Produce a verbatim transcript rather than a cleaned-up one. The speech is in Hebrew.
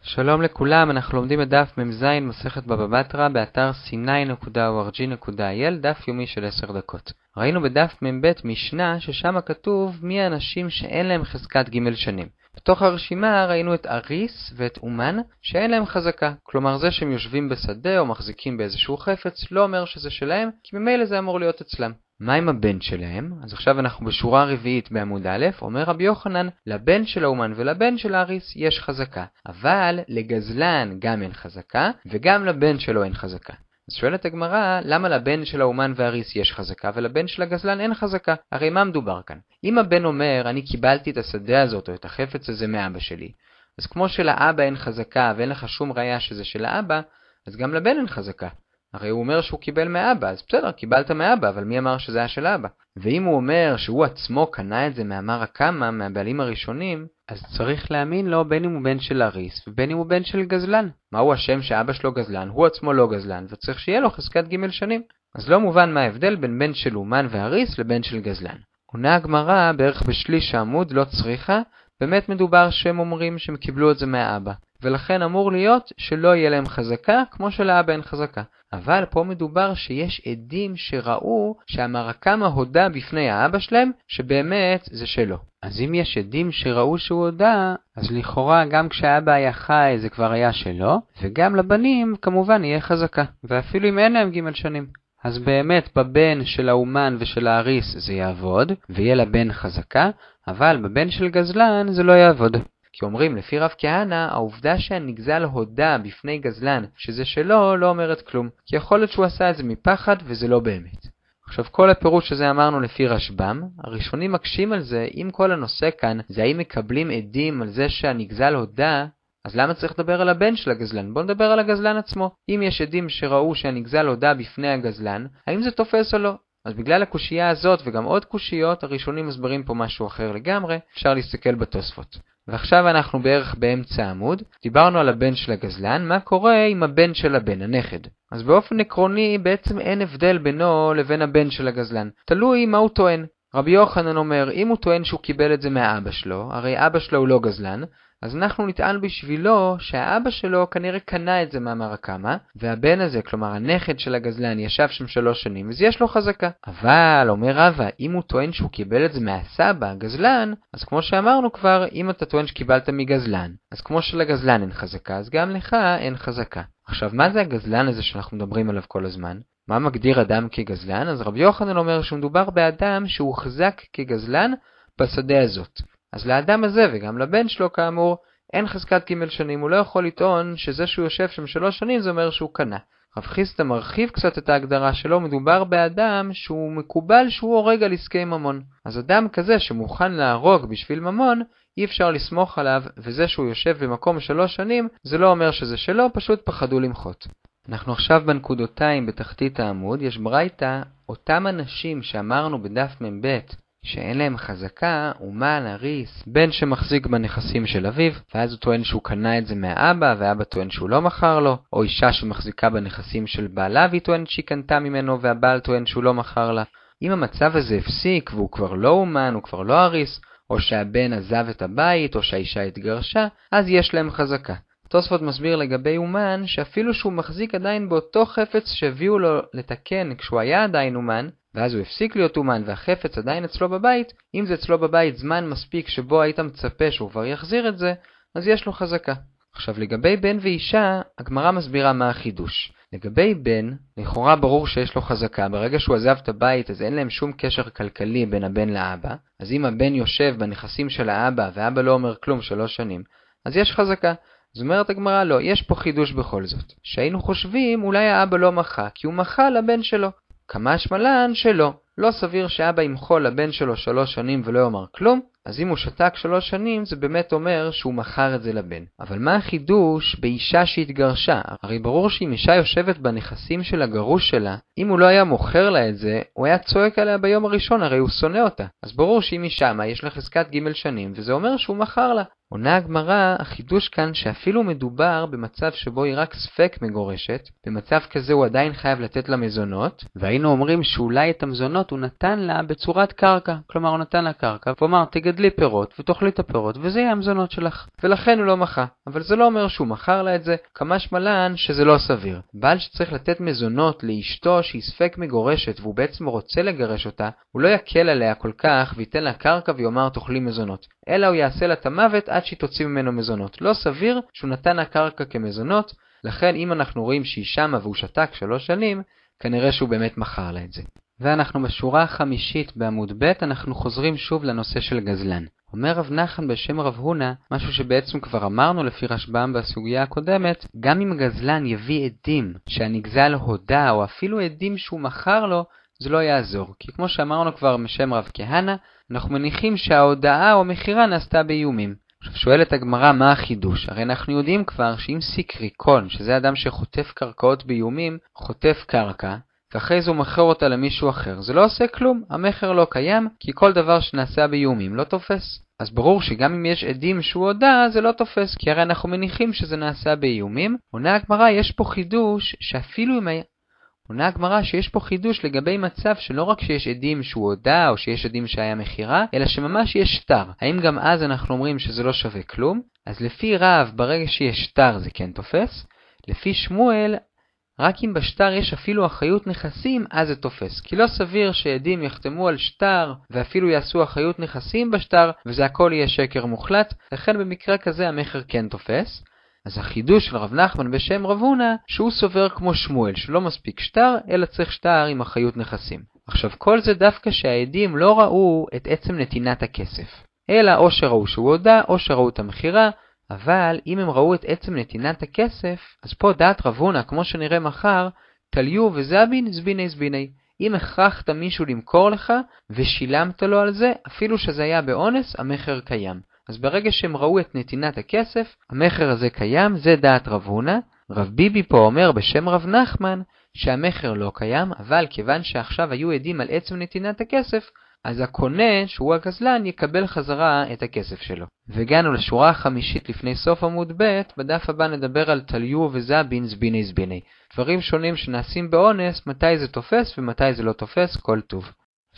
שלום לכולם, אנחנו לומדים את דף ממז מסכת בבא בתרא באתר סי ניין נקודה או אר ג'י נקודה איי אל, דף יומי של עשר דקות. ראינו בדף מ"ב משנה ששם כתוב מי האנשים שאין להם חזקת ג' שנים. בתוך הרשימה ראינו את אריס ואת אומן שאין להם חזקה, כלומר זה שהם יושבים בשדה או מחזיקים באיזשהו חפץ לא אומר שזה שלהם, כי ממילא זה אמור להיות אצלם. מה עם הבן שלהם? אז עכשיו אנחנו בשורה רביעית בעמוד א', אומר רבי יוחנן, לבן של האומן ולבן של האריס יש חזקה, אבל לגזלן גם אין חזקה וגם לבן שלו אין חזקה. אז שואלת הגמרא, למה לבן של האומן והאריס יש חזקה ולבן של הגזלן אין חזקה? הרי מה מדובר כאן? אם הבן אומר, אני קיבלתי את השדה הזאת או את החפץ הזה מאבא שלי, אז כמו שלאבא אין חזקה ואין לך שום ראיה שזה של האבא, אז גם לבן אין חזקה. הרי הוא אומר שהוא קיבל מאבא, אז בסדר, קיבלת מאבא, אבל מי אמר שזה היה של אבא? ואם הוא אומר שהוא עצמו קנה את זה מאמר הקמה, מהבעלים הראשונים, אז צריך להאמין לו בין אם הוא בן של אריס ובין אם הוא בן של גזלן. מהו השם שאבא שלו גזלן? הוא עצמו לא גזלן, וצריך שיהיה לו חזקת ג' שנים. אז לא מובן מה ההבדל בין בן של אומן ואריס לבן של גזלן. עונה הגמרא בערך בשליש העמוד, לא צריכה, באמת מדובר שהם אומרים שהם קיבלו את זה מהאבא. ולכן אמור להיות שלא יהיה להם חזקה כמו שלאבא אין חזקה. אבל פה מדובר שיש עדים שראו שהמר הקמה הודה בפני האבא שלהם שבאמת זה שלו. אז אם יש עדים שראו שהוא הודה, אז לכאורה גם כשהאבא היה חי זה כבר היה שלו, וגם לבנים כמובן יהיה חזקה, ואפילו אם אין להם ג' שנים. אז באמת בבן של האומן ושל האריס זה יעבוד, ויהיה לבן חזקה, אבל בבן של גזלן זה לא יעבוד. כי אומרים לפי רב כהנא, העובדה שהנגזל הודה בפני גזלן שזה שלו לא אומרת כלום, כי יכול להיות שהוא עשה את זה מפחד וזה לא באמת. עכשיו כל הפירוש שזה אמרנו לפי רשב"ם, הראשונים מקשים על זה, אם כל הנושא כאן זה האם מקבלים עדים על זה שהנגזל הודה, אז למה צריך לדבר על הבן של הגזלן? בוא נדבר על הגזלן עצמו. אם יש עדים שראו שהנגזל הודה בפני הגזלן, האם זה תופס או לא? אז בגלל הקושייה הזאת וגם עוד קושיות, הראשונים מסברים פה משהו אחר לגמרי, אפשר להסתכל בתוספות. ועכשיו אנחנו בערך באמצע העמוד, דיברנו על הבן של הגזלן, מה קורה עם הבן של הבן, הנכד? אז באופן עקרוני בעצם אין הבדל בינו לבין הבן של הגזלן, תלוי מה הוא טוען. רבי יוחנן אומר, אם הוא טוען שהוא קיבל את זה מהאבא שלו, הרי אבא שלו הוא לא גזלן, אז אנחנו נטען בשבילו שהאבא שלו כנראה קנה את זה מאמר הקמה, והבן הזה, כלומר הנכד של הגזלן, ישב שם שלוש שנים, אז יש לו חזקה. אבל, אומר רבא, אם הוא טוען שהוא קיבל את זה מהסבא, הגזלן, אז כמו שאמרנו כבר, אם אתה טוען שקיבלת מגזלן, אז כמו שלגזלן אין חזקה, אז גם לך אין חזקה. עכשיו, מה זה הגזלן הזה שאנחנו מדברים עליו כל הזמן? מה מגדיר אדם כגזלן? אז רבי יוחנן אומר שמדובר באדם שהוא חזק כגזלן בשדה הזאת. אז לאדם הזה וגם לבן שלו כאמור אין חזקת ג' שנים, הוא לא יכול לטעון שזה שהוא יושב שם שלוש שנים זה אומר שהוא קנה. רב חיסדא מרחיב קצת את ההגדרה שלו, מדובר באדם שהוא מקובל שהוא הורג על עסקי ממון. אז אדם כזה שמוכן להרוג בשביל ממון, אי אפשר לסמוך עליו, וזה שהוא יושב במקום שלוש שנים זה לא אומר שזה שלו, פשוט פחדו למחות. אנחנו עכשיו בנקודותיים בתחתית העמוד, יש ברייתא, אותם אנשים שאמרנו בדף מ"ב שאין להם חזקה, אומן, אריס, בן שמחזיק בנכסים של אביו, ואז הוא טוען שהוא קנה את זה מהאבא, ואבא טוען שהוא לא מכר לו, או אישה שמחזיקה בנכסים של בעלה, והיא טוענת שהיא קנתה ממנו, והבעל טוען שהוא לא מכר לה. אם המצב הזה הפסיק, והוא כבר לא אומן, הוא כבר לא אריס, או שהבן עזב את הבית, או שהאישה התגרשה, אז יש להם חזקה. תוספות מסביר לגבי אומן, שאפילו שהוא מחזיק עדיין באותו חפץ שהביאו לו לתקן כשהוא היה עדיין אומן, ואז הוא הפסיק להיות אומן והחפץ עדיין אצלו בבית, אם זה אצלו בבית זמן מספיק שבו היית מצפה שהוא כבר יחזיר את זה, אז יש לו חזקה. עכשיו לגבי בן ואישה, הגמרא מסבירה מה החידוש. לגבי בן, לכאורה ברור שיש לו חזקה, ברגע שהוא עזב את הבית אז אין להם שום קשר כלכלי בין הבן לאבא, אז אם הבן יושב בנכסים של האבא ואבא לא אומר כלום שלוש שנים, אז יש חזקה. זאת אומרת הגמרא לא, יש פה חידוש בכל זאת. שהיינו חושבים אולי האבא לא מחה, כי הוא מחה לבן שלו. כמה שמלן שלא. לא סביר שאבא ימחול לבן שלו שלוש שנים ולא יאמר כלום, אז אם הוא שתק שלוש שנים זה באמת אומר שהוא מכר את זה לבן. אבל מה החידוש באישה שהתגרשה? הרי ברור שאם אישה יושבת בנכסים של הגרוש שלה, אם הוא לא היה מוכר לה את זה, הוא היה צועק עליה ביום הראשון, הרי הוא שונא אותה. אז ברור שאם אישה מה יש לה חזקת ג' שנים, וזה אומר שהוא מכר לה. עונה הגמרא, החידוש כאן שאפילו מדובר במצב שבו היא רק ספק מגורשת, במצב כזה הוא עדיין חייב לתת לה מזונות, והיינו אומרים שאולי את המזונות הוא נתן לה בצורת קרקע, כלומר הוא נתן לה קרקע, ואומר תגדלי פירות ותאכלי את הפירות וזה יהיה המזונות שלך, ולכן הוא לא מחה. אבל זה לא אומר שהוא מכר לה את זה, כמשמע לן שזה לא סביר. בעל שצריך לתת מזונות לאשתו שהיא ספק מגורשת והוא בעצם רוצה לגרש אותה, הוא לא יקל עליה כל כך וייתן לה קרקע ויאמר תאכלי מזונות, אלא הוא יעשה לה את המוות עד שהיא תוציא ממנו מזונות. לא סביר שהוא נתן לה קרקע כמזונות, לכן אם אנחנו רואים שהיא שמה והוא שתק שלוש שנים, כנראה שהוא באמת מכר לה את זה. ואנחנו בשורה החמישית בעמוד ב', אנחנו חוזרים שוב לנושא של גזלן. אומר רב נחמן בשם רב הונא, משהו שבעצם כבר אמרנו לפי רשב"ם בסוגיה הקודמת, גם אם גזלן יביא עדים שהנגזל הודה או אפילו עדים שהוא מכר לו, זה לא יעזור. כי כמו שאמרנו כבר בשם רב כהנא, אנחנו מניחים שההודעה או המכירה נעשתה באיומים. עכשיו שואלת הגמרא מה החידוש? הרי אנחנו יודעים כבר שאם סיקריקון, שזה אדם שחוטף קרקעות באיומים, חוטף קרקע, ואחרי זה הוא מכר אותה למישהו אחר, זה לא עושה כלום, המכר לא קיים, כי כל דבר שנעשה באיומים לא תופס. אז ברור שגם אם יש עדים שהוא הודה, זה לא תופס, כי הרי אנחנו מניחים שזה נעשה באיומים. עונה הגמרא, יש פה חידוש שאפילו אם היה... עונה הגמרא שיש פה חידוש לגבי מצב שלא רק שיש עדים שהוא הודה או שיש עדים שהיה מחירה, אלא שממש יש שטר. האם גם אז אנחנו אומרים שזה לא שווה כלום? אז לפי רב, ברגע שיש שטר זה כן תופס. לפי שמואל, רק אם בשטר יש אפילו אחריות נכסים, אז זה תופס. כי לא סביר שעדים יחתמו על שטר ואפילו יעשו אחריות נכסים בשטר, וזה הכל יהיה שקר מוחלט, לכן במקרה כזה המחר כן תופס. אז החידוש של רב נחמן בשם רב הונא, שהוא סובר כמו שמואל, שלא מספיק שטר, אלא צריך שטר עם אחריות נכסים. עכשיו כל זה דווקא שהעדים לא ראו את עצם נתינת הכסף, אלא או שראו שהוא הודה, או שראו את המחירה, אבל אם הם ראו את עצם נתינת הכסף, אז פה דעת רב הונא, כמו שנראה מחר, תליו וזבין זביני זביני. אם הכרחת מישהו למכור לך, ושילמת לו על זה, אפילו שזה היה באונס, המחר קיים. אז ברגע שהם ראו את נתינת הכסף, המחר הזה קיים, זה דעת רב הונא. רב ביבי פה אומר בשם רב נחמן, שהמחר לא קיים, אבל כיוון שעכשיו היו עדים על עצם נתינת הכסף, אז הקונה, שהוא הגזלן, יקבל חזרה את הכסף שלו. והגענו לשורה החמישית לפני סוף עמוד ב', בדף הבא נדבר על תליו וזבין זביני זביני. דברים שונים שנעשים באונס, מתי זה תופס ומתי זה לא תופס, כל טוב.